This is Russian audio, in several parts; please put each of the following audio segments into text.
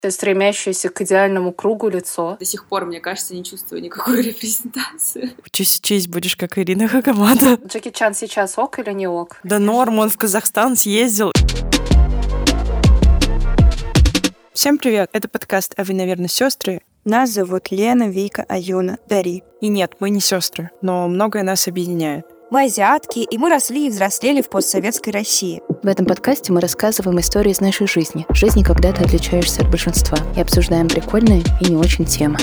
стремящееся к идеальному кругу лицо. До сих пор, мне кажется, не чувствую никакой репрезентации. Учись, будешь как Ирина Хакамада. Джеки Чан сейчас ок или не ок? Да норм, он в Казахстан съездил. Всем привет, это подкаст «А вы, наверное, сестры». Нас зовут Лена, Вика, Аюна, Дари. И нет, мы не сестры, но многое нас объединяет. Мы азиатки, и мы росли и взрослели в постсоветской России. В этом подкасте мы рассказываем истории из нашей жизни, когда ты отличаешься от большинства, и обсуждаем прикольные и не очень темы.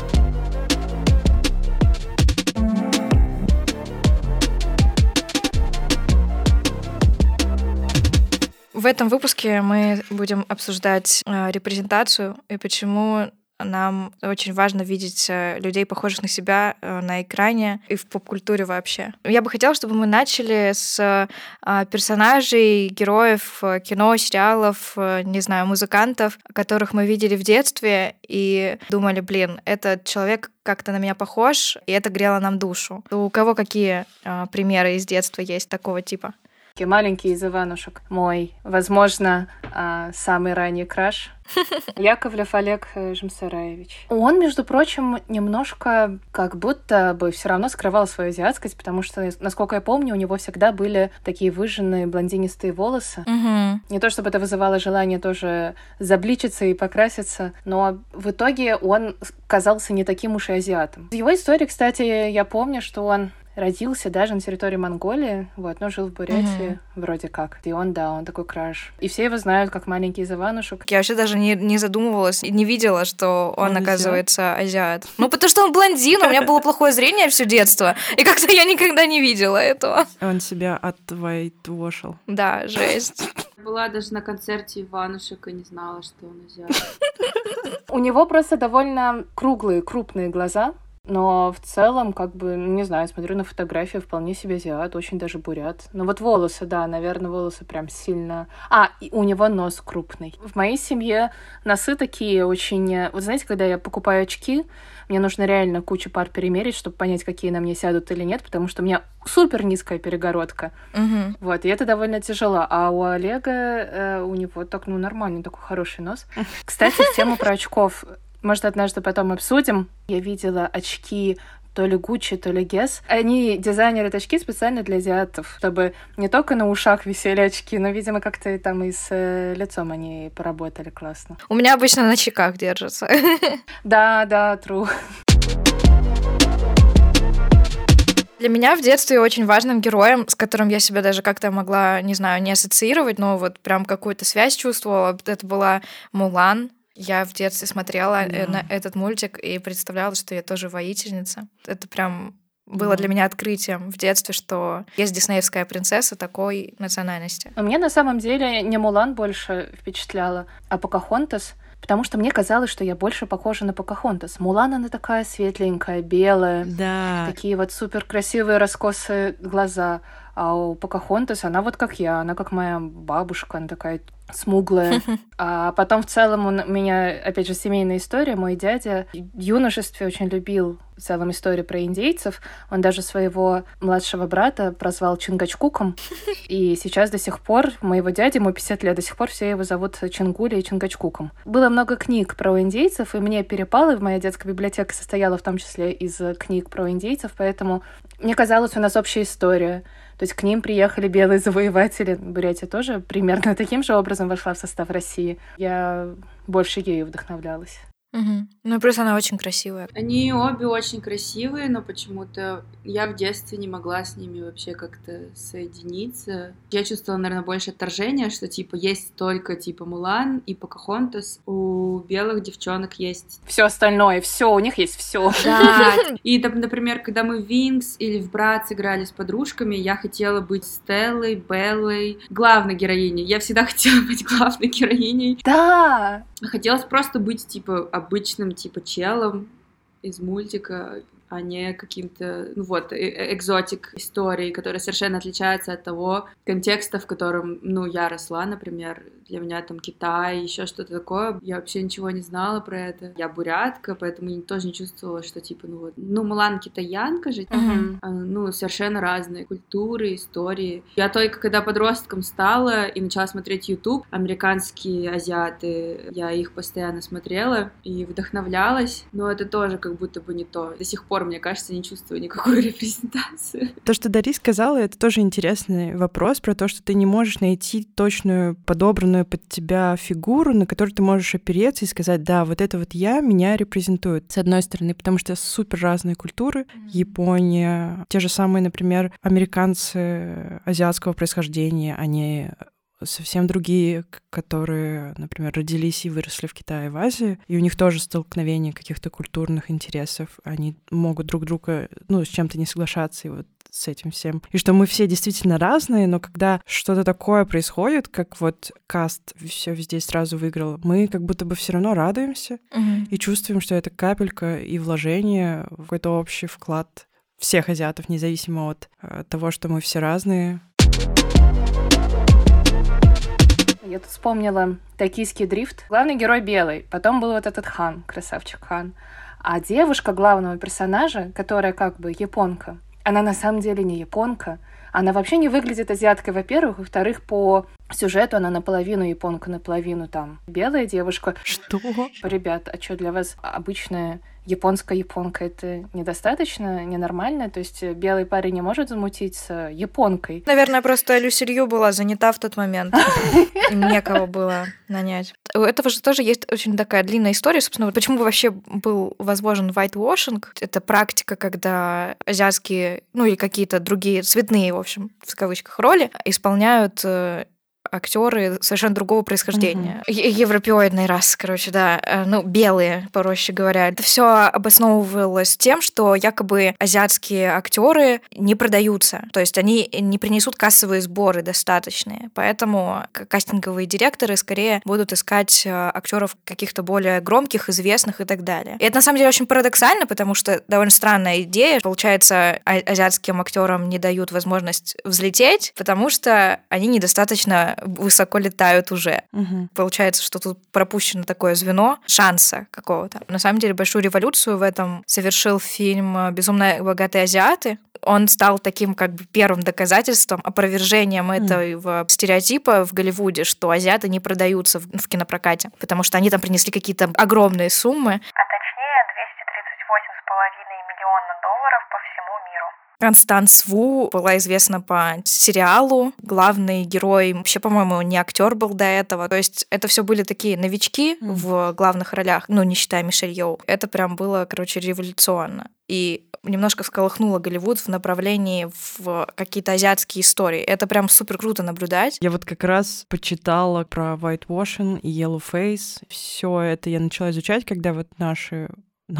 В этом выпуске мы будем обсуждать репрезентацию и почему нам очень важно видеть людей, похожих на себя на экране и в поп-культуре вообще. Я бы хотела, чтобы мы начали с персонажей, героев кино, сериалов, не знаю, музыкантов, которых мы видели в детстве и думали, этот человек как-то на меня похож, и это грело нам душу. У кого какие примеры из детства есть такого типа? Маленький из Иванушек. Мой, возможно, самый ранний краш. Яковлев Олег Жемсараевич. Он, между прочим, немножко как будто бы все равно скрывал свою азиатскость, потому что, насколько я помню, у него всегда были такие выжженные блондинистые волосы. Угу. Не то чтобы это вызывало желание тоже забличиться и покраситься, но в итоге он казался не таким уж и азиатом. Его истории, кстати, я помню, что он родился даже на территории Монголии, но жил в Бурятии вроде как. И он такой краш. И все его знают как маленький из Иванушек. Я вообще даже не задумывалась и не видела, что он оказывается азиат. Потому что он блондин, у меня было плохое зрение все детство, и как-то я никогда не видела этого. Он себя отвайтвошил. Да, жесть. Была даже на концерте Иванушек и не знала, что он азиат. У него просто довольно круглые, крупные глаза. Но в целом, не знаю, смотрю на фотографии, вполне себе азиат, очень даже бурят. Но волосы, наверное, волосы прям сильно... И у него нос крупный. В моей семье носы такие очень... знаете, когда я покупаю очки, мне нужно реально кучу пар перемерить, чтобы понять, какие на мне сядут или нет, потому что у меня супер низкая перегородка. Угу. И это довольно тяжело. А у Олега, у него нормальный такой хороший нос. Кстати, тему про очков... Может, однажды потом обсудим. Я видела очки то ли Гуччи, то ли Guess. Они дизайнерят очки специально для азиатов, чтобы не только на ушах висели очки, но, видимо, как-то и там и с лицом они поработали классно. У меня обычно на щеках держатся. Да, true. Для меня в детстве очень важным героем, с которым я себя даже как-то могла, не знаю, не ассоциировать, но прям какую-то связь чувствовала, это была Мулан. Я в детстве смотрела на этот мультик и представляла, что я тоже воительница. Это прям было для меня открытием в детстве, что есть диснеевская принцесса такой национальности. Но мне на самом деле не Мулан больше впечатляла, а Покахонтас, потому что мне казалось, что я больше похожа на Покахонтас. Мулан, она такая светленькая, белая, такие супер красивые раскосые глаза. А у Покахонтас она как я, она как моя бабушка, она такая смуглая. А потом в целом у меня, опять же, семейная история. Мой дядя в юношестве очень любил в целом историю про индейцев. Он даже своего младшего брата прозвал Чингачгуком. И сейчас до сих пор моего дяди, ему 50 лет, до сих пор все его зовут Чингули и Чингачгуком. Было много книг про индейцев, и мне перепало, и моя детская библиотека состояла в том числе из книг про индейцев, поэтому мне казалось, у нас общая история. То есть к ним приехали белые завоеватели. Бурятия тоже примерно таким же образом вошла в состав России. Я больше ею вдохновлялась. Угу. Просто она очень красивая. Они обе очень красивые, но почему-то я в детстве не могла с ними вообще как-то соединиться. Я чувствовала, наверное, больше отторжения, что, есть только, Мулан и Покахонтас. У белых девчонок есть... Все остальное, все, у них есть все. Да. И, например, когда мы в Винкс или в Братц играли с подружками, я хотела быть Стеллой, Беллой, главной героиней. Я всегда хотела быть главной героиней. Да! Хотелось просто быть, обычным, челом из мультика, а не каким-то, экзотик историей, которая совершенно отличается от того контекста, в котором, я росла, например. для меня там Китай, еще что-то такое. Я вообще ничего не знала про это. Я бурятка, поэтому я тоже не чувствовала, что типа, Мулан китаянка же, совершенно разные культуры, истории. Я только когда подростком стала и начала смотреть YouTube, американские азиаты, я их постоянно смотрела и вдохновлялась, но это тоже как будто бы не то. До сих пор, мне кажется, не чувствую никакой репрезентации. То, что Дарья сказала, это тоже интересный вопрос про то, что ты не можешь найти точную, подобранную под тебя фигуру, на которую ты можешь опереться и сказать, да, вот это вот меня репрезентует. С одной стороны, потому что супер разные культуры. Япония, те же самые, например, американцы азиатского происхождения, они совсем другие, которые, например, родились и выросли в Китае и в Азии, и у них тоже столкновение каких-то культурных интересов. Они могут друг друга, с чем-то не соглашаться, и вот с этим всем. И что мы все действительно разные, но когда что-то такое происходит, как вот каст все везде сразу выиграл, мы как будто бы все равно радуемся и чувствуем, что это капелька и вложение в какой-то общий вклад всех азиатов, независимо от того, что мы все разные. Я тут вспомнила «Токийский дрифт». Главный герой белый, потом был вот этот Хан, красавчик Хан. А девушка главного персонажа, которая как бы японка, она на самом деле не японка. Она вообще не выглядит азиаткой, во-первых. Во-вторых, по сюжету она наполовину японка, наполовину там белая девушка. Что? Ребят, а что для вас обычная японка это недостаточно, ненормально? То есть белый парень не может замутить с японкой? Наверное, просто Люси Лью была занята в тот момент. Некого было нанять. У этого же тоже есть очень такая длинная история. Собственно, почему вообще был возможен whitewashing? Это практика, когда азиатские, или какие-то другие цветные, в общем, в кавычках, роли исполняют актеры совершенно другого происхождения. Европеоидной расы, белые, проще говоря. Это все обосновывалось тем, что якобы азиатские актеры не продаются, то есть они не принесут кассовые сборы достаточные, поэтому кастинговые директоры скорее будут искать актеров каких-то более громких, известных и так далее. И это на самом деле очень парадоксально, потому что довольно странная идея. Получается, азиатским актерам не дают возможность взлететь, потому что они недостаточно высоко летают уже. Получается, что тут пропущено такое звено шанса какого-то. На самом деле большую революцию в этом совершил фильм «Безумно богатые азиаты». Он стал таким как бы первым доказательством, опровержением этого стереотипа в Голливуде, что азиаты не продаются в кинопрокате, потому что они там принесли какие-то огромные суммы. А точнее, $238,5 миллиона по всему миру. Констанс Ву была известна по сериалу. Главный герой вообще, по-моему, не актер был до этого. То есть это все были такие новички в главных ролях, не считая Мишель Йоу. Это прям было, революционно. И немножко всколыхнуло Голливуд в направлении в какие-то азиатские истории. Это прям супер круто наблюдать. Я вот как раз почитала про whitewashing и yellowface. Все это я начала изучать, когда вот наши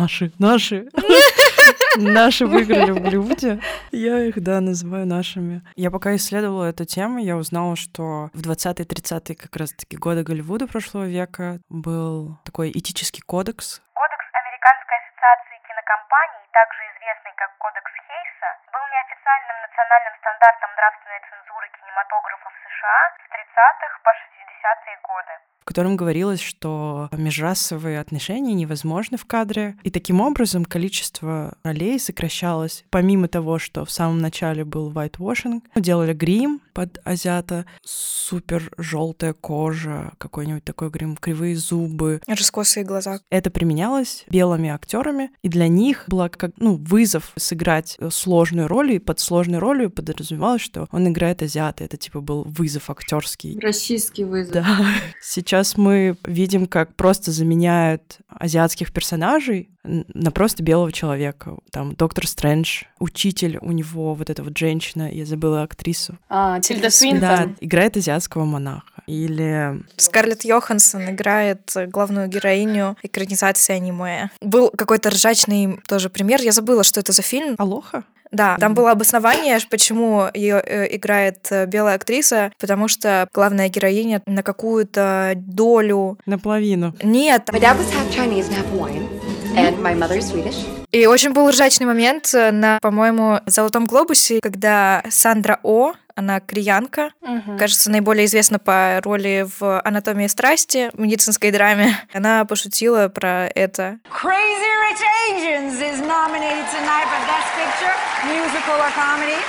выиграли в Голливуде. Я их, называю нашими. Я пока исследовала эту тему, я узнала, что в 20-30-е как раз-таки годы Голливуда прошлого века был такой этический кодекс. Кодекс Американской ассоциации кинокомпаний, также известный как Кодекс Хейса, был неофициальным национальным стандартом нравственной цензуры кинематографа в США с 30-х по 60-е годы, В котором говорилось, что межрасовые отношения невозможны в кадре. И таким образом количество ролей сокращалось. Помимо того, что в самом начале был whitewashing, делали грим под азиата, супер желтая кожа, какой-нибудь такой грим, кривые зубы. Раскосые глаза. Это применялось белыми актерами, и для них было как вызов сыграть сложную роль, и под сложной ролью подразумевалось, что он играет азиата. Это был вызов актерский. Российский вызов. Да. Сейчас мы видим, как просто заменяют азиатских персонажей на просто белого человека. Там Доктор Стрэндж, учитель у него, вот эта вот женщина, я забыла актрису. Тильда Свинтон. Да, играет азиатского монаха. Или... Скарлетт Йоханссон играет главную героиню экранизации аниме. Был какой-то ржачный тоже пример. Я забыла, что это за фильм. Алоха? Да, там было обоснование, почему ее играет белая актриса, потому что главная героиня на какую-то долю... Наполовину. Нет. My dad was half Chinese and half Hawaiian, And my mother's Swedish. И очень был ржачный момент на, по-моему, «Золотом глобусе», когда Сандра О, она кореянка, кажется, наиболее известна по роли в «Анатомии страсти», в медицинской драме. Она пошутила про это. Crazy Rich Asians is nominated tonight for Best Picture, Musical or Comedy.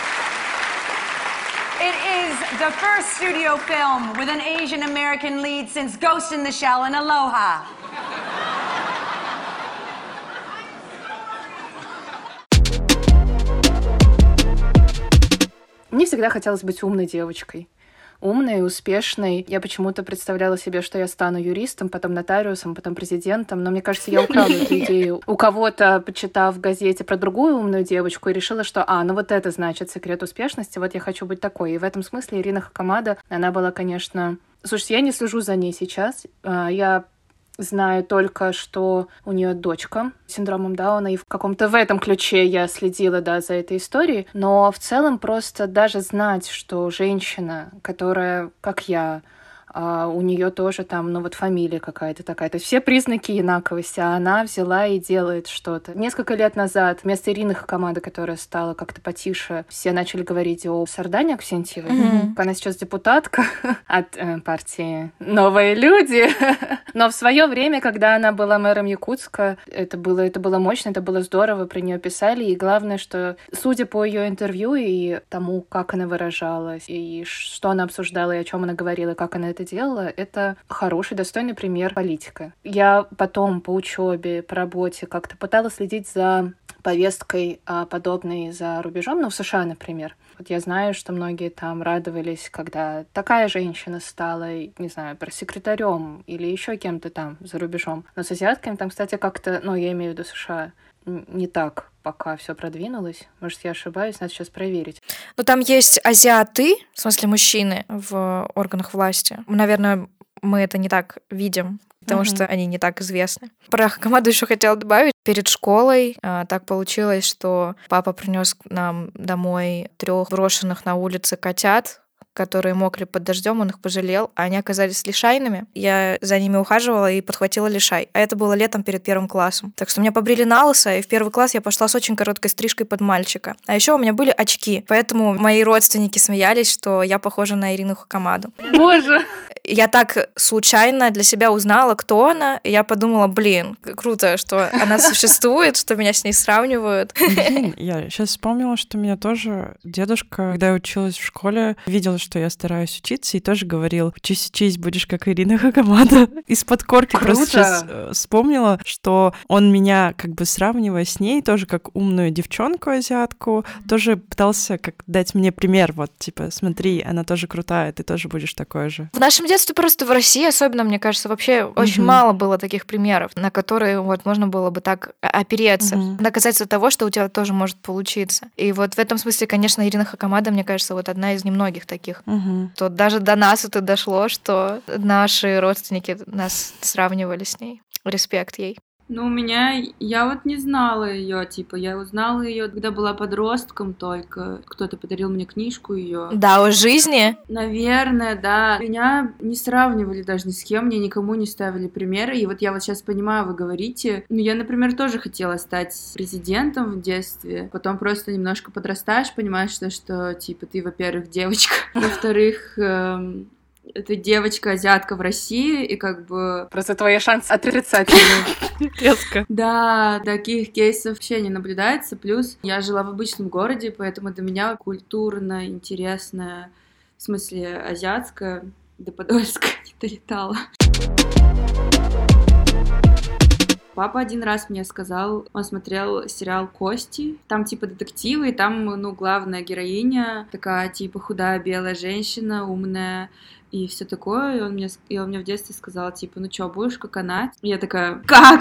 It is the first studio film with an Asian American lead since Ghost in the Shell and Aloha. Мне всегда хотелось быть умной девочкой. Умной, успешной. Я почему-то представляла себе, что я стану юристом, потом нотариусом, потом президентом. Но мне кажется, я украла эту идею у кого-то, почитав в газете про другую умную девочку, и решила, что, ну вот это значит секрет успешности, вот я хочу быть такой. И в этом смысле Ирина Хакамада, она была, конечно... Слушайте, я не слежу за ней сейчас. Я знаю только, что у нее дочка с синдромом Дауна, и в каком-то в этом ключе я следила, да, за этой историей. Но в целом просто даже знать, что женщина, которая, как я, у нее тоже там, ну вот фамилия какая-то такая. То есть все признаки инаковости, а она взяла и делает что-то. Несколько лет назад вместо Ирины Хакамады, которая стала как-то потише, все начали говорить о Сардане Аксентьевой. Она сейчас депутатка от партии «Новые люди». Но в свое время, когда она была мэром Якутска, это было мощно, это было здорово, про нее писали. И главное, что, судя по ее интервью и тому, как она выражалась, и что она обсуждала, и о чем она говорила, как она это делала, это хороший, достойный пример политика. Я потом по учебе, по работе как-то пыталась следить за повесткой подобной за рубежом, ну, в США, например. Вот я знаю, что многие там радовались, когда такая женщина стала, не знаю, пресс-секретарем или еще кем-то там за рубежом. Но с азиатками там, кстати, как-то, ну, я имею в виду США, не так пока все продвинулось. Может, я ошибаюсь, надо сейчас проверить. Ну, там есть азиаты, в смысле мужчины, в органах власти. Наверное, мы это не так видим, потому что они не так известны. Про Хакамаду еще хотела добавить. Перед школой так получилось, что папа принес к нам домой 3 брошенных на улице котят, которые мокли под дождем, он их пожалел, а они оказались лишайными. Я за ними ухаживала и подхватила лишай. А это было летом перед 1 классом. Так что меня побрили на лысо, и в 1 класс я пошла с очень короткой стрижкой под мальчика. А еще у меня были очки, поэтому мои родственники смеялись, что я похожа на Ирину Хакамаду. Боже! Я так случайно для себя узнала, кто она, и я подумала, круто, что она существует, что меня с ней сравнивают. Я сейчас вспомнила, что меня тоже дедушка, когда я училась в школе, видел, что я стараюсь учиться, и тоже говорил: учись, будешь как Ирина Хакамада. Из-под корки просто сейчас вспомнила, что он меня, как бы сравнивая с ней, тоже как умную девчонку-азиатку, тоже пытался как дать мне пример, вот, типа, смотри, она тоже крутая, ты тоже будешь такой же. В нашем детстве просто в России особенно, мне кажется, вообще очень мало было таких примеров, на которые вот можно было бы так опереться, доказательство того, что у тебя тоже может получиться. И вот в этом смысле, конечно, Ирина Хакамада, мне кажется, вот одна из немногих таких. То даже до нас это дошло, что наши родственники нас сравнивали с ней. Респект ей. Ну, я вот не знала ее, типа, я узнала ее, когда была подростком только. Кто-то подарил мне книжку ее. Да, о жизни? Наверное, да. Меня не сравнивали даже ни с кем, мне никому не ставили примеры. И вот я вот сейчас понимаю, вы говорите. Ну, я, например, тоже хотела стать президентом в детстве. Потом просто немножко подрастаешь, понимаешь, что типа, ты, во-первых, девочка. Во-вторых, ты девочка-азиатка в России, и как бы... Просто твои шансы отрицательные. Резко. Да, таких кейсов вообще не наблюдается. Плюс я жила в обычном городе, поэтому до меня культурно интересная, в смысле азиатская, до Подольска не долетала. Папа один раз мне сказал, он смотрел сериал «Кости», там типа детективы, и там, ну, главная героиня такая типа худая белая женщина, умная и все такое, и он мне в детстве сказал, типа, ну чё, будешь как она? И я такая, как?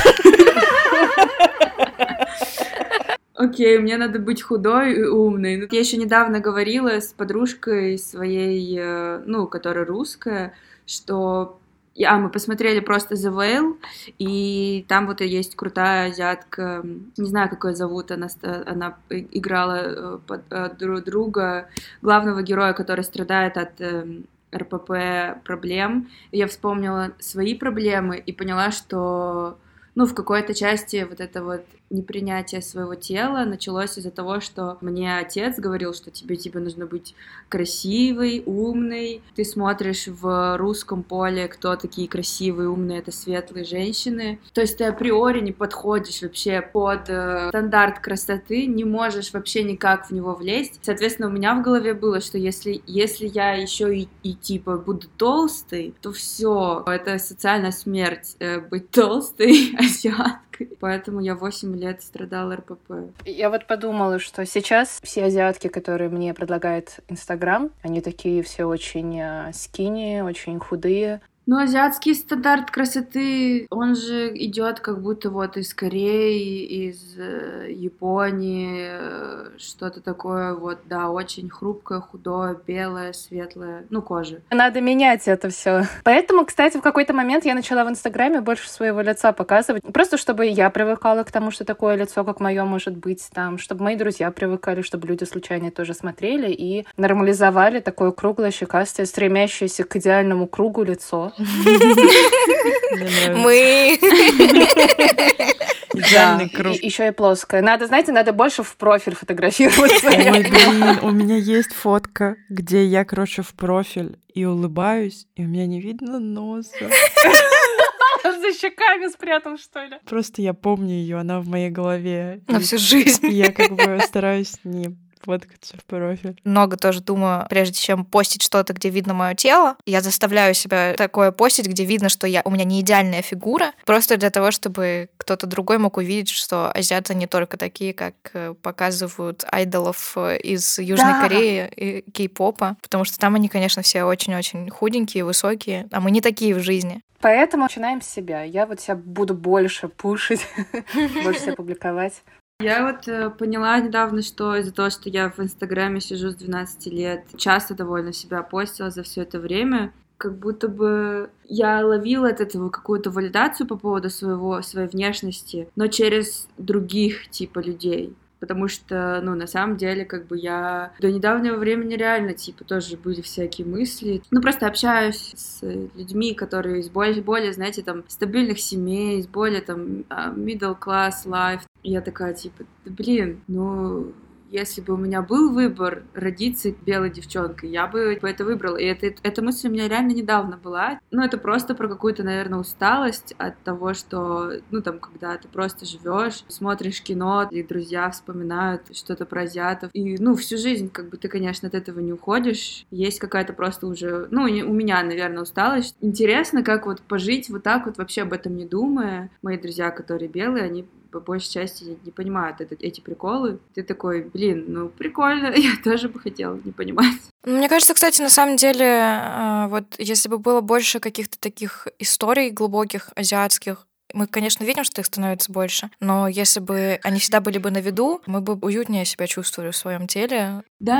Окей, мне надо быть худой и умной. Я еще недавно говорила с подружкой своей, ну, которая русская, что... мы посмотрели просто The Whale, и там вот и есть крутая азиатка, не знаю, как ее зовут, она играла друга главного героя, который страдает от РПП проблем. И я вспомнила свои проблемы и поняла, что ну, в какой-то части вот это вот непринятие своего тела началось из-за того, что мне отец говорил, что тебе нужно быть красивой, умной. Ты смотришь в русском поле, кто такие красивые, умные, это светлые женщины. То есть ты априори не подходишь вообще под стандарт красоты, не можешь вообще никак в него влезть. Соответственно, у меня в голове было, что если я еще и типа буду толстой, то все, это социальная смерть быть толстой азиаткой. Поэтому я 8 лет страдала РПП. Я вот подумала, что сейчас все азиатки, которые мне предлагает Инстаграм, они такие все очень скини, очень худые. Ну, азиатский стандарт красоты, он же идет как будто вот из Кореи, из Японии, что-то такое вот, да, очень хрупкое, худое, белое, светлое, ну, кожа. Надо менять это все. Поэтому, кстати, в какой-то момент я начала в Инстаграме больше своего лица показывать, просто чтобы я привыкала к тому, что такое лицо, как мое, может быть, там, чтобы мои друзья привыкали, чтобы люди случайно тоже смотрели и нормализовали такое круглое, щекастое, стремящееся к идеальному кругу лицо. Мы... Идеальный круг. Еще и плоская. Надо больше в профиль фотографироваться. Ой, блин, у меня есть фотка, где я, в профиль и улыбаюсь, и у меня не видно носа. За щеками спрятал, что ли? Просто я помню ее, она в моей голове. На всю жизнь. Я стараюсь не фоткаться в профиль. Много тоже думаю, прежде чем постить что-то, где видно мое тело. Я заставляю себя такое постить, где видно, что у меня не идеальная фигура, просто для того, чтобы кто-то другой мог увидеть, что азиаты не только такие, как показывают айдолов из Южной Кореи и кей-попа, потому что там они, конечно, все очень-очень худенькие, высокие, а мы не такие в жизни. Поэтому начинаем с себя. Я вот себя буду больше пушить, больше себя публиковать. Я вот поняла недавно, что из-за того, что я в Инстаграме сижу с 12 лет, часто довольно себя постила за все это время, как будто бы я ловила от этого какую-то валидацию по поводу своей внешности, но через других типа людей. Потому что, ну, на самом деле, как бы я до недавнего времени реально, типа, тоже были всякие мысли. Ну, просто общаюсь с людьми, которые из более, знаете, там, стабильных семей, из более, там, middle class life. И я такая, типа, да, блин, ну... Если бы у меня был выбор родиться белой девчонкой, я бы это выбрала. И эта мысль у меня реально недавно была. Ну, это просто про какую-то, наверное, усталость от того, что, ну, там, когда ты просто живешь, смотришь кино, и друзья вспоминают что-то про азиатов. И, ну, всю жизнь, как бы, ты, конечно, от этого не уходишь. Есть какая-то просто уже, ну, у меня, наверное, усталость. Интересно, как вот пожить вот так вот, вообще об этом не думая. Мои друзья, которые белые, они по большей части не понимают эти приколы. Ты такой, блин, ну прикольно, я тоже бы хотела не понимать. Мне кажется, кстати, на самом деле, вот если бы было больше каких-то таких историй глубоких, азиатских, мы, конечно, видим, что их становится больше, но если бы они всегда были бы на виду, мы бы уютнее себя чувствовали в своем теле.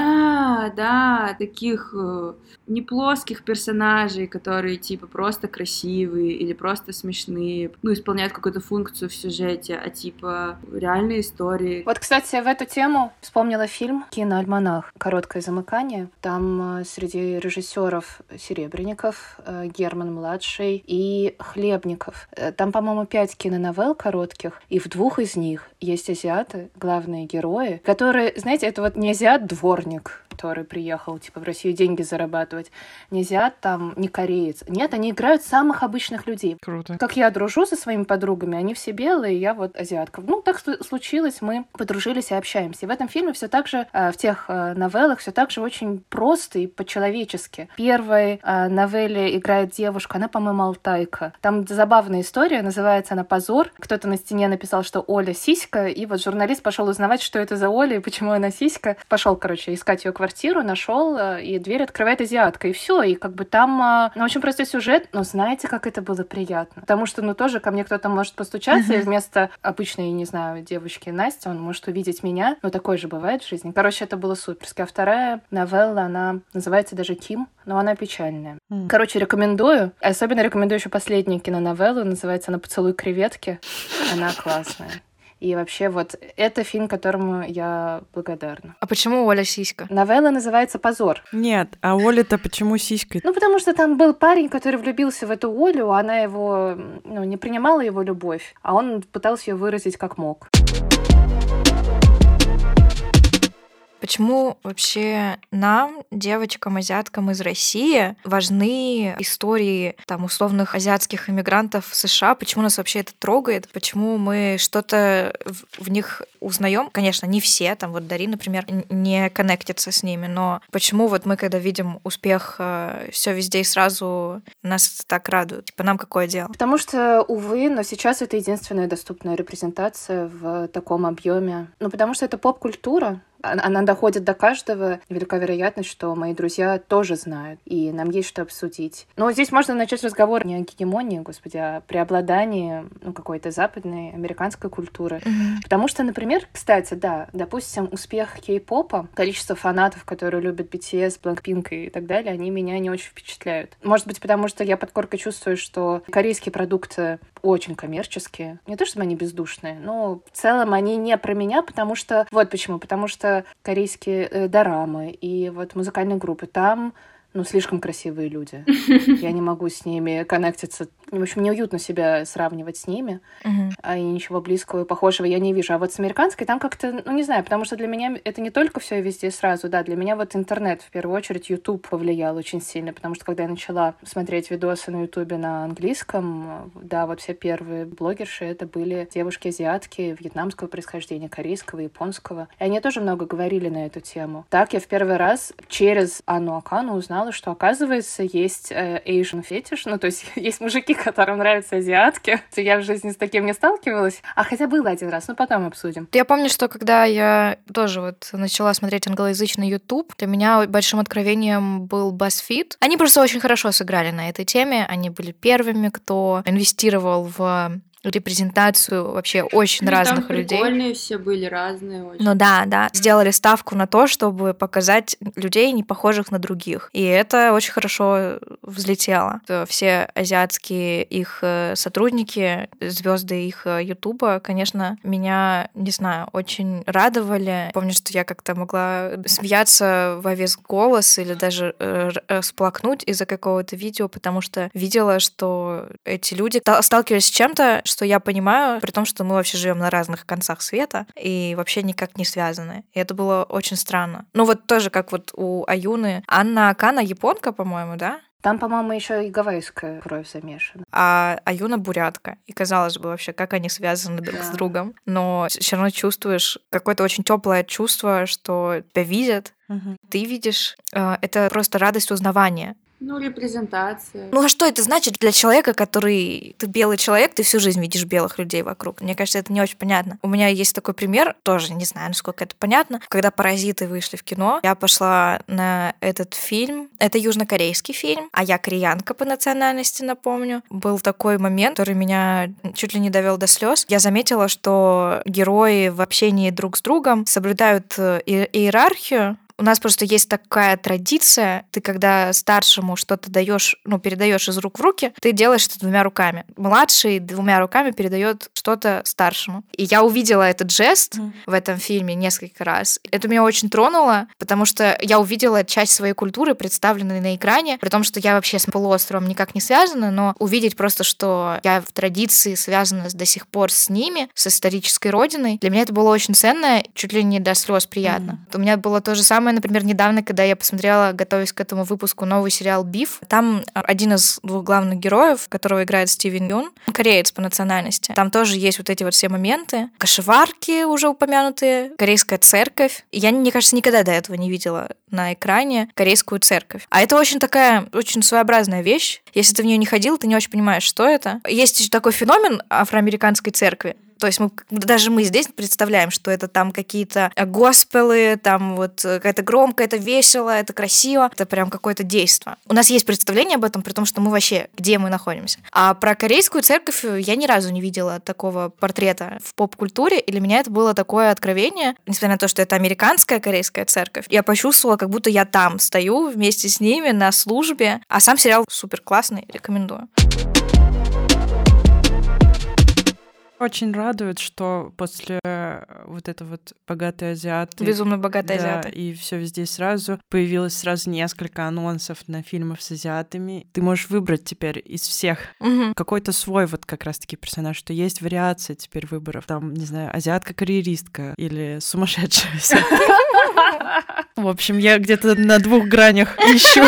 Да, таких не плоских персонажей, которые типа просто красивые или просто смешные, ну, исполняют какую-то функцию в сюжете, а типа реальные истории. Вот, кстати, в эту тему вспомнила фильм «Киноальманах. Короткое замыкание». Там среди режиссеров Серебренников, Герман-младший и Хлебников. Там, по-моему, 5 киноновелл коротких, и в 2 из них есть азиаты, главные герои, которые, знаете, это вот не азиат-дворник, который приехал, типа, в Россию деньги зарабатывать, не азиат там, не кореец. Нет, они играют самых обычных людей. Круто. Как я дружу со своими подругами, они все белые, я вот азиатка. Ну, так случилось, мы подружились и общаемся. И в этом фильме все так же, в тех новеллах, все так же очень просто и по-человечески. В первой новелле играет девушка, она, по-моему, алтайка. Там забавная история, называется она «Позор». Кто-то на стене написал, что Оля сиська, и вот журналист пошел узнавать, что это за Оля и почему она сиська. Пошел, короче, искать ее квартиру, нашел, и дверь открывает азиатка, и все. И как бы там очень простой сюжет, но знаете, как это было приятно? Потому что, ну, тоже ко мне кто-то может постучаться, и вместо обычной, не знаю, девочки Насти, он может увидеть меня. Ну, такое же бывает в жизни. Короче, это было суперски. А вторая новелла, она называется даже «Ким», но она печальная. Короче, рекомендую. Особенно рекомендую еще последнюю киноновеллу, называется она «Поцелуй креветки». Она классная. И вообще вот это фильм, которому я благодарна. А почему Оля сиська? Новелла называется «Позор». Нет, а Оля-то почему сиськой? Ну, потому что там был парень, который влюбился в эту Олю, она его, не принимала его любовь, а он пытался ее выразить как мог. Почему вообще нам, девочкам, азиаткам из России, важны истории там условных азиатских иммигрантов в США? Почему нас вообще это трогает? Почему мы что-то в них узнаем? Конечно, не все, там вот Дари, например, не коннектится с ними, но почему вот мы, когда видим успех все везде и сразу, нас это так радует? Типа, нам какое дело? Потому что, увы, но сейчас это единственная доступная репрезентация в таком объеме. Потому что это поп-культура, она доходит до каждого. Велика вероятность, что мои друзья тоже знают, и нам есть что обсудить. Но здесь можно начать разговор не о гегемонии, господи, а о преобладании какой-то западной, американской культуры. Потому что, например, кстати, да, допустим, успех кей-попа, количество фанатов, которые любят BTS, Blackpink и так далее, они меня не очень впечатляют. Может быть, потому что я под коркой чувствую, что корейские продукты очень коммерческие. Не то, чтобы они бездушные, но в целом они не про меня, потому что... Вот почему. Потому что корейские дорамы и вот музыкальные группы, там слишком красивые люди. Я не могу с ними коннектиться. В общем, неуютно себя сравнивать с ними. И ничего близкого и похожего я не вижу. А вот с американской там как-то, не знаю, потому что для меня это не только все везде сразу, да, для меня вот интернет, в первую очередь, YouTube повлиял очень сильно, потому что когда я начала смотреть видосы на YouTube на английском, да, вот все первые блогерши, это были девушки-азиатки вьетнамского происхождения, корейского, японского. И они тоже много говорили на эту тему. Так я в первый раз через Анну Акану узнала, что, оказывается, есть Asian фетиш, то есть есть мужики, которым нравятся азиатки. Я в жизни с таким не сталкивалась. А хотя было один раз, потом обсудим. Я помню, что когда я тоже вот начала смотреть англоязычный YouTube, для меня большим откровением был BuzzFeed. Они просто очень хорошо сыграли на этой теме. Они были первыми, кто инвестировал в репрезентацию вообще очень разных людей. Прикольные все были, разные очень. Да. Сделали ставку на то, чтобы показать людей, не похожих на других. И это очень хорошо взлетело. Все азиатские их сотрудники, звезды их Ютуба, конечно, меня, не знаю, очень радовали. Помню, что я как-то могла смеяться во весь голос или даже сплакнуть из-за какого-то видео, потому что видела, что эти люди сталкивались с чем-то, что я понимаю, при том, что мы вообще живем на разных концах света и вообще никак не связаны. И это было очень странно. Вот тоже как вот у Аюны. Анна Акана японка, по-моему, да? Там, по-моему, еще и гавайская кровь замешана. А Аюна бурятка. И казалось бы вообще, как они связаны друг с другом. Но все равно чувствуешь какое-то очень теплое чувство, что тебя видят, ты видишь. Это просто радость узнавания. Репрезентация. А что это значит для человека, который... Ты белый человек, ты всю жизнь видишь белых людей вокруг. Мне кажется, это не очень понятно. У меня есть такой пример, тоже не знаю, насколько это понятно. Когда «Паразиты» вышли в кино, я пошла на этот фильм. Это южнокорейский фильм, а я кореянка по национальности, напомню. Был такой момент, который меня чуть ли не довел до слез. Я заметила, что герои в общении друг с другом соблюдают иерархию. У нас просто есть такая традиция, ты когда старшему что-то даешь, передаешь из рук в руки, ты делаешь это 2 руками. Младший 2 руками передает что-то старшему. И я увидела этот жест в этом фильме несколько раз. Это меня очень тронуло, потому что я увидела часть своей культуры, представленной на экране, при том, что я вообще с полуостровом никак не связана, но увидеть просто, что я в традиции связана до сих пор с ними, с исторической родиной, для меня это было очень ценно, чуть ли не до слез приятно. У меня было то же самое, например, недавно, когда я посмотрела, готовясь к этому выпуску, новый сериал «Биф». Там один из 2 главных героев, которого играет Стивен Юн, кореец по национальности. Там тоже есть вот эти вот все моменты. Кашеварки уже упомянутые, корейская церковь. Я, мне кажется, никогда до этого не видела на экране корейскую церковь. А это очень такая, очень своеобразная вещь. Если ты в нее не ходил, ты не очень понимаешь, что это. Есть еще такой феномен афроамериканской церкви. То есть даже мы здесь представляем, что это там какие-то госпелы, там вот это громко, это весело, это красиво, это прям какое-то действо. У нас есть представление об этом, при том, что мы вообще, где мы находимся. А про корейскую церковь я ни разу не видела такого портрета в поп-культуре, и для меня это было такое откровение, несмотря на то, что это американская корейская церковь. Я почувствовала, как будто я там стою вместе с ними на службе, а сам сериал супер классный, рекомендую. Очень радует, что после вот это вот «Богатые азиаты», безумно богатые азиаты, и все везде сразу появилось сразу несколько анонсов на фильмов с азиатами. Ты можешь выбрать теперь из всех какой-то свой вот как раз-таки персонаж, что есть вариация теперь выборов. Там, не знаю, азиатка-карьеристка или сумасшедшая азиатка. В общем, я где-то на 2 гранях ищу.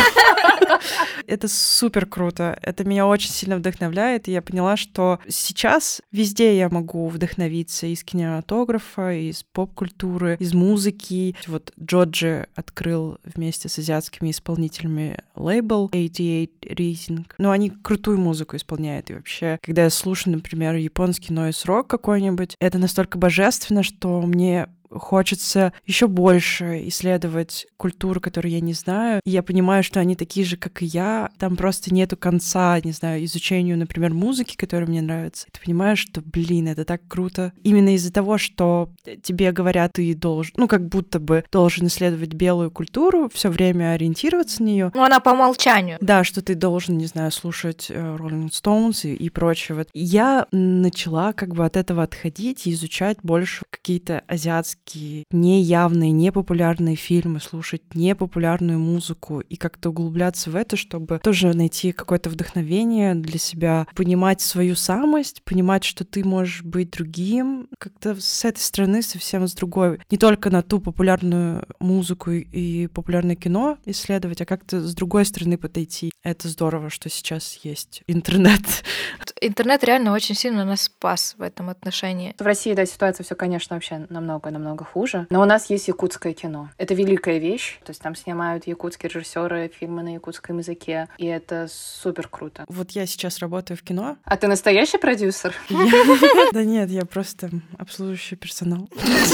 Это супер круто. Это меня очень сильно вдохновляет. И я поняла, что сейчас везде я могу вдохновиться из кинематографа, из поп-культуры, из музыки. Вот Джоджи открыл вместе с азиатскими исполнителями лейбл 88 Rising. Ну, они крутую музыку исполняют. И вообще, когда я слушаю, например, японский нойз-рок какой-нибудь, это настолько божественно, что мне хочется еще больше исследовать культуру, которую я не знаю. И я понимаю, что они такие же, как и я. Там просто нету конца, не знаю, изучению, например, музыки, которая мне нравится. И ты понимаешь, что, блин, это так круто. Именно из-за того, что тебе говорят, ты должен, ну, как будто бы должен исследовать белую культуру, все время ориентироваться на нее. Ну, она по умолчанию. Да, что ты должен, не знаю, слушать Rolling Stones и прочее. Вот. Я начала как бы от этого отходить и изучать больше какие-то азиатские неявные, непопулярные фильмы, слушать непопулярную музыку и как-то углубляться в это, чтобы тоже найти какое-то вдохновение для себя, понимать свою самость, понимать, что ты можешь быть другим, как-то с этой стороны совсем с другой. Не только на ту популярную музыку и популярное кино исследовать, а как-то с другой стороны подойти. Это здорово, что сейчас есть интернет. Интернет реально очень сильно нас спас в этом отношении. В России, да, ситуация все, конечно, вообще намного хуже. Но у нас есть якутское кино. Это великая вещь. То есть там снимают якутские режиссеры фильмы на якутском языке. И это супер круто. Вот я сейчас работаю в кино. А ты настоящий продюсер? Да нет, я просто обслуживающий персонал.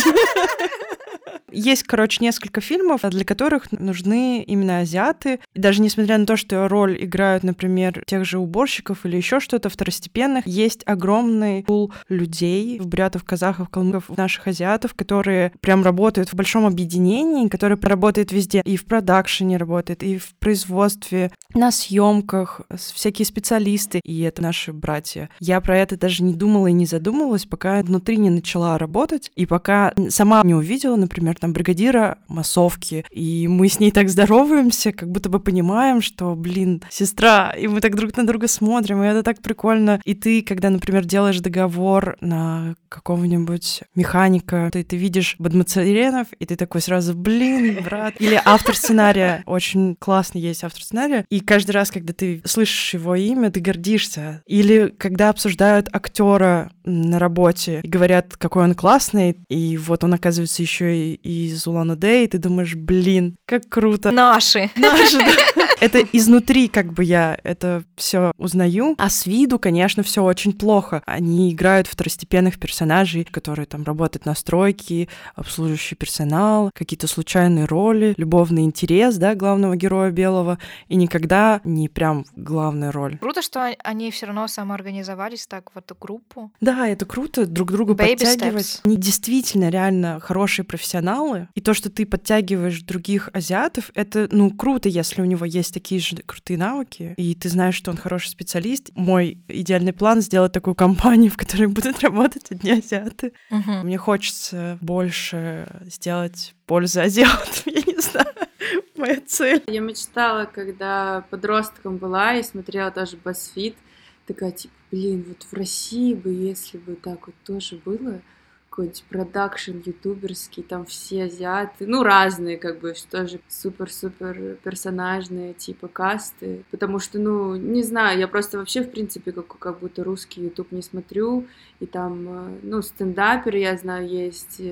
Есть, короче, несколько фильмов, для которых нужны именно азиаты. И даже несмотря на то, что роль играют, например, тех же уборщиков или еще что-то второстепенных, есть огромный пул людей, бурятов, казахов, калмыков, наших азиатов, которые прям работают в большом объединении, которые работают везде. И в продакшене работают, и в производстве, на съемках, всякие специалисты. И это наши братья. Я про это даже не думала и не задумывалась, пока внутри не начала работать, и пока сама не увидела, например, там бригадира массовки, и мы с ней так здороваемся, как будто бы понимаем, что, блин, сестра, и мы так друг на друга смотрим, и это так прикольно. И ты, когда, например, делаешь договор на какого-нибудь механика, ты видишь Бадмацаренов, и ты такой сразу, блин, брат. Или автор сценария, очень классный есть автор сценария, и каждый раз, когда ты слышишь его имя, ты гордишься. Или когда обсуждают актера на работе и говорят, какой он классный, и вот он, оказывается, еще и из Улан-Удэ, и ты думаешь, блин, как круто. Наши, да. Это изнутри как бы я это все узнаю, а с виду, конечно, все очень плохо. Они играют второстепенных персонажей, которые там работают на стройке, обслуживающий персонал, какие-то случайные роли, любовный интерес, да, главного героя белого, и никогда не прям главная роль. Круто, что они все равно самоорганизовались так в эту группу. Да, это круто, друг друга подтягивать. Они действительно реально хорошие профессионалы, и то, что ты подтягиваешь других азиатов, это, ну, круто, если у него есть такие же крутые навыки, и ты знаешь, что он хороший специалист. Мой идеальный план — сделать такую компанию, в которой будут работать одни азиаты. Мне хочется больше сделать пользу азиатам, я не знаю. Моя цель. Я мечтала, когда подростком была и смотрела тоже BuzzFeed, такая, типа, блин, вот в России бы, если бы так вот тоже было, какой-нибудь продакшн ютуберский, там все азиаты, ну, разные, как бы, тоже супер-супер персонажные, типа, касты, потому что, ну, не знаю, я просто вообще, в принципе, как будто русский ютуб не смотрю, и там, ну, стендаперы, я знаю, есть,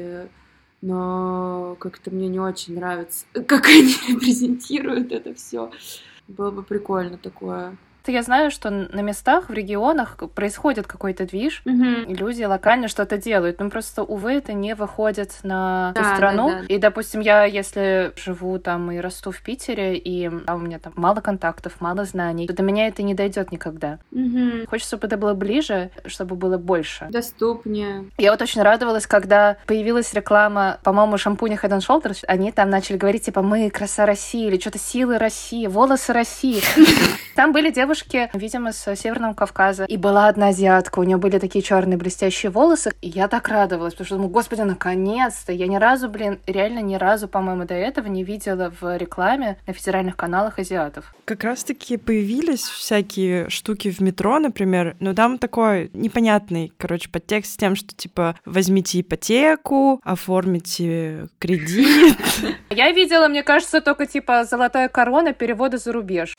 но как-то мне не очень нравится, как они репрезентируют это все. Было бы прикольно такое. Я знаю, что на местах, в регионах происходит какой-то движ, и люди локально что-то делают. Но просто, увы, это не выходит на ту страну. Да. И, допустим, я, если живу там и расту в Питере, и у меня там мало контактов, мало знаний, то до меня это не дойдет никогда. Хочется, чтобы это было ближе, чтобы было больше. Доступнее. Я вот очень радовалась, когда появилась реклама, по-моему, шампуня Head & Shoulders. Они там начали говорить, типа, мы краса России, или что-то силы России, волосы России. Там были девушки девушки, видимо, с Северного Кавказа. И была одна азиатка, у нее были такие черные блестящие волосы. И я так радовалась, потому что думаю, господи, наконец-то. Я ни разу, реально ни разу, по-моему, до этого не видела в рекламе на федеральных каналах азиатов. Как раз-таки появились всякие штуки в метро, например, но там такой непонятный, подтекст с тем, что, типа, возьмите ипотеку, оформите кредит. Я видела, мне кажется, только, типа, «Золотая корона», переводы за рубеж.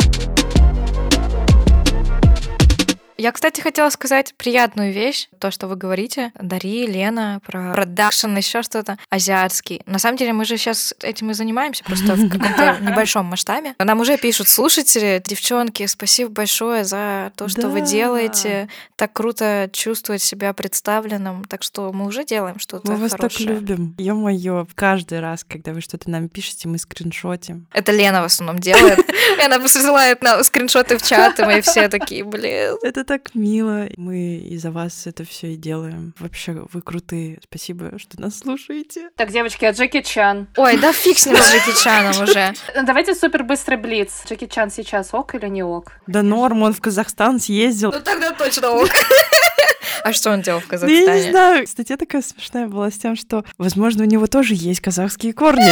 Я, кстати, хотела сказать приятную вещь, то, что вы говорите, Дарья, Лена, про продакшн, еще что-то, азиатский. На самом деле мы же сейчас этим и занимаемся, просто в каком-то небольшом масштабе. Нам уже пишут слушатели, девчонки, спасибо большое за то, что вы делаете. Так круто чувствовать себя представленным, так что мы уже делаем что-то хорошее. Мы вас так любим. Ё-моё, каждый раз, когда вы что-то нам пишете, мы скриншотим. Это Лена в основном делает. Она присылает нам скриншоты в чат, и мы все такие, блин. Это так мило. Мы из-за вас это все и делаем. Вообще, вы крутые. Спасибо, что нас слушаете. Так, девочки, а Джеки Чан? Ой, да фиг с ним, с Джеки Чаном уже. Давайте супер быстрый блиц. Джеки Чан сейчас ок или не ок? Да норм, он в Казахстан съездил. Ну тогда точно ок. А что он делал в Казахстане? Я не знаю. Статья такая смешная была с тем, что, возможно, у него тоже есть казахские корни.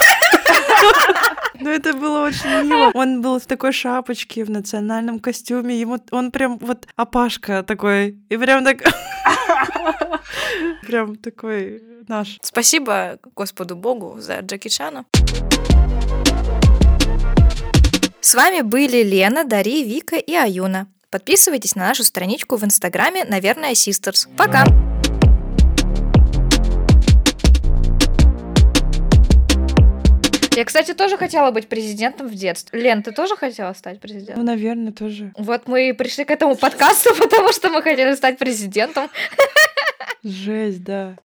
Но это было очень мило. Он был в такой шапочке, в национальном костюме. Он прям опашка такой. И прям так... Прям такой наш. Спасибо Господу Богу за Джеки Чана. С вами были Лена, Дарья, Вика и Аюна. Подписывайтесь на нашу страничку в Инстаграме «Наверное, Sisters». Пока! Я, кстати, тоже хотела быть президентом в детстве. Лен, ты тоже хотела стать президентом? Ну, наверное, тоже. Вот мы и пришли к этому подкасту, потому что мы хотели стать президентом. Жесть, да.